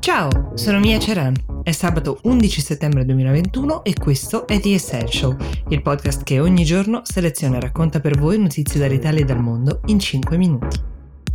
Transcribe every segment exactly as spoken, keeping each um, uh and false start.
Ciao, sono Mia Ceran. È sabato undici settembre duemilaventuno e questo è The Essential, il podcast che ogni giorno seleziona e racconta per voi notizie dall'Italia e dal mondo in cinque minuti.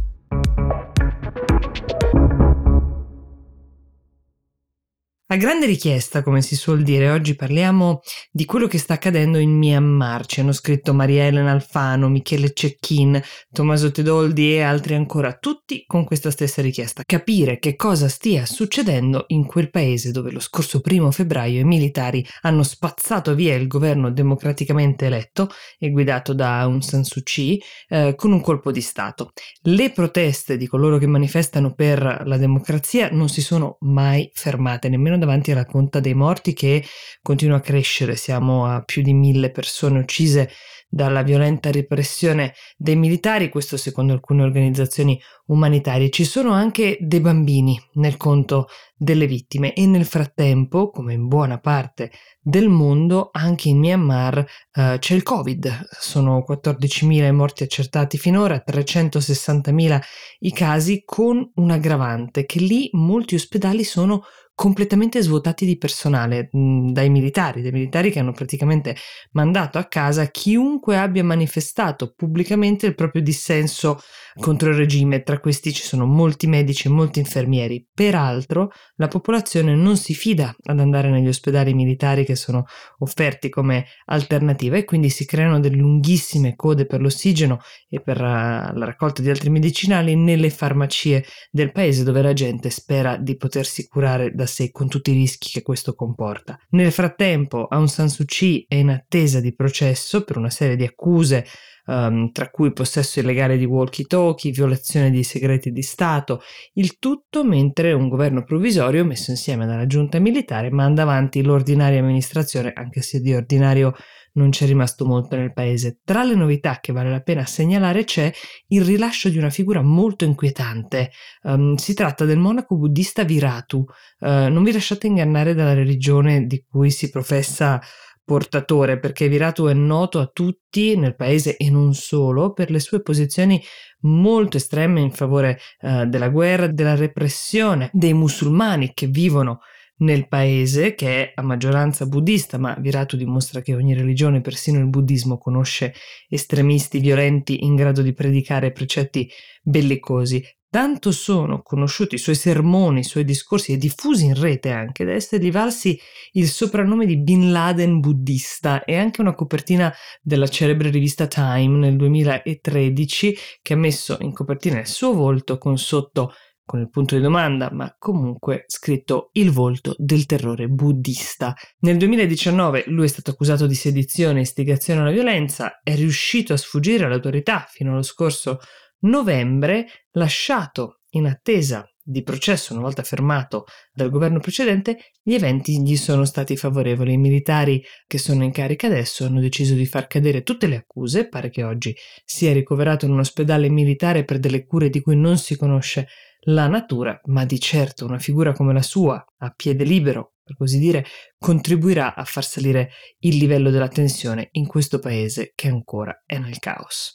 A grande richiesta, come si suol dire, oggi parliamo di quello che sta accadendo in Myanmar. Ci hanno scritto Maria Elena Alfano, Michele Cecchin, Tommaso Tedoldi e altri ancora, tutti con questa stessa richiesta: capire che cosa stia succedendo in quel paese dove lo scorso primo febbraio i militari hanno spazzato via il governo democraticamente eletto e guidato da Aung San Suu Kyi eh, con un colpo di stato. Le proteste di coloro che manifestano per la democrazia non si sono mai fermate, nemmeno davanti alla conta dei morti che continua a crescere. Siamo a più di mille persone uccise dalla violenta repressione dei militari, questo secondo alcune organizzazioni umanitarie. Ci sono anche dei bambini nel conto delle vittime e nel frattempo, come in buona parte del mondo, anche in Myanmar eh, c'è il Covid. Sono quattordicimila i morti accertati finora, trecentosessantamila i casi, con un aggravante che lì molti ospedali sono completamente svuotati di personale, mh, dai militari, dei militari che hanno praticamente mandato a casa chiunque abbia manifestato pubblicamente il proprio dissenso contro il regime. Tra questi ci sono molti medici e molti infermieri. Peraltro la popolazione non si fida ad andare negli ospedali militari che sono offerti come alternativa e quindi si creano delle lunghissime code per l'ossigeno e per uh, la raccolta di altri medicinali nelle farmacie del paese, dove la gente spera di potersi curare da sé con tutti i rischi che questo comporta. Nel frattempo Aung San Suu Kyi è in attesa di processo per una serie di accuse, um, tra cui possesso illegale di walkie-talkie, violazione di segreti di Stato, il tutto mentre un governo provvisorio messo insieme dalla giunta militare manda avanti l'ordinaria amministrazione, anche se di ordinario non c'è rimasto molto nel paese. Tra le novità che vale la pena segnalare c'è il rilascio di una figura molto inquietante. Um, si tratta del monaco buddista Viratu. Uh, non vi lasciate ingannare dalla religione di cui si professa portatore, perché Viratu è noto a tutti nel paese e non solo per le sue posizioni molto estreme in favore uh, della guerra, della repressione dei musulmani che vivono nel paese, che è a maggioranza buddista, ma Viratu dimostra che ogni religione, persino il buddismo, conosce estremisti violenti in grado di predicare precetti bellicosi. Tanto sono conosciuti i suoi sermoni, i suoi discorsi e diffusi in rete anche da essergli valsi il soprannome di Bin Laden buddista, e anche una copertina della celebre rivista Time nel duemilatredici che ha messo in copertina il suo volto con sotto, con il punto di domanda, ma comunque scritto il volto del terrore buddista. Nel duemiladiciannove lui è stato accusato di sedizione e istigazione alla violenza, è riuscito a sfuggire alle autorità fino allo scorso novembre, lasciato in attesa di processo una volta fermato dal governo precedente. Gli eventi gli sono stati favorevoli. I militari che sono in carica adesso hanno deciso di far cadere tutte le accuse. Pare che oggi sia ricoverato in un ospedale militare per delle cure di cui non si conosce la natura, ma di certo una figura come la sua, a piede libero, per così dire, contribuirà a far salire il livello della tensione in questo paese che ancora è nel caos.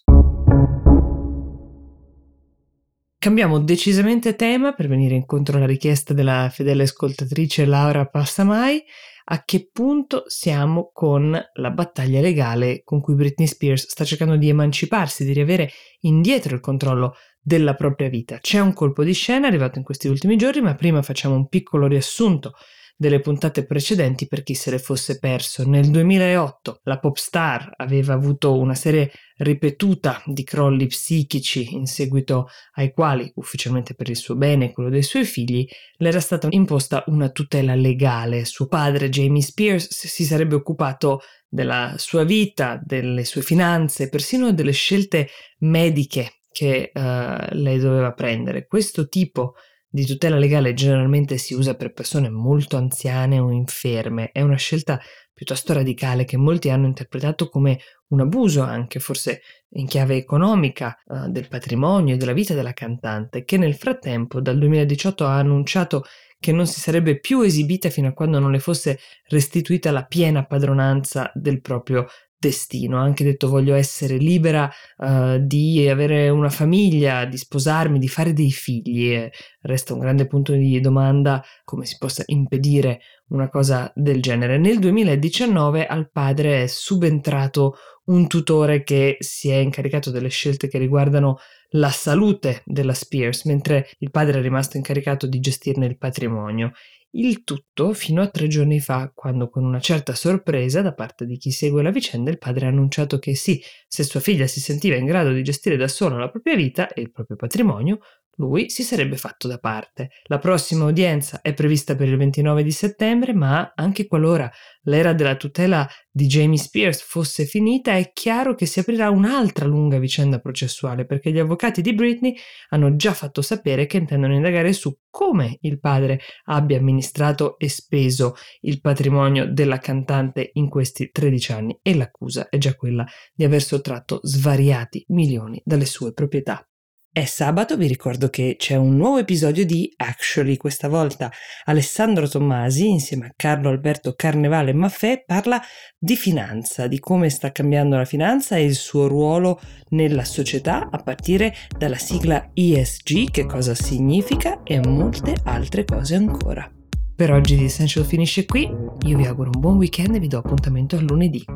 Cambiamo decisamente tema per venire incontro alla richiesta della fedele ascoltatrice Laura Passamai. A che punto siamo con la battaglia legale con cui Britney Spears sta cercando di emanciparsi, di riavere indietro il controllo della propria vita? C'è un colpo di scena arrivato in questi ultimi giorni, ma prima facciamo un piccolo riassunto delle puntate precedenti per chi se le fosse perso. Nel duemilaotto la pop star aveva avuto una serie ripetuta di crolli psichici in seguito ai quali, ufficialmente per il suo bene e quello dei suoi figli, le era stata imposta una tutela legale. Suo padre, Jamie Spears, si sarebbe occupato della sua vita, delle sue finanze, persino delle scelte mediche che uh, lei doveva prendere. Questo tipo di tutela legale generalmente si usa per persone molto anziane o inferme. È una scelta piuttosto radicale che molti hanno interpretato come un abuso, anche forse in chiave economica, uh, del patrimonio e della vita della cantante, che nel frattempo dal duemiladiciotto ha annunciato che non si sarebbe più esibita fino a quando non le fosse restituita la piena padronanza del proprio destino. Ha anche detto: voglio essere libera uh, di avere una famiglia, di sposarmi, di fare dei figli. E resta un grande punto di domanda come si possa impedire una cosa del genere. Nel duemiladiciannove al padre è subentrato un tutore che si è incaricato delle scelte che riguardano la salute della Spears, mentre il padre è rimasto incaricato di gestirne il patrimonio. Il tutto fino a tre giorni fa, quando con una certa sorpresa da parte di chi segue la vicenda il padre ha annunciato che sì, se sua figlia si sentiva in grado di gestire da sola la propria vita e il proprio patrimonio, lui si sarebbe fatto da parte. La prossima udienza è prevista per il ventinove di settembre, ma anche qualora l'era della tutela di Jamie Spears fosse finita, è chiaro che si aprirà un'altra lunga vicenda processuale, perché gli avvocati di Britney hanno già fatto sapere che intendono indagare su come il padre abbia amministrato e speso il patrimonio della cantante in questi tredici anni, e l'accusa è già quella di aver sottratto svariati milioni dalle sue proprietà. È sabato, vi ricordo che c'è un nuovo episodio di Actually. Questa volta Alessandro Tommasi, insieme a Carlo Alberto Carnevale Maffè, parla di finanza, di come sta cambiando la finanza e il suo ruolo nella società, a partire dalla sigla E S G, che cosa significa, e molte altre cose ancora. Per oggi The Essential finisce qui, io vi auguro un buon weekend e vi do appuntamento a lunedì.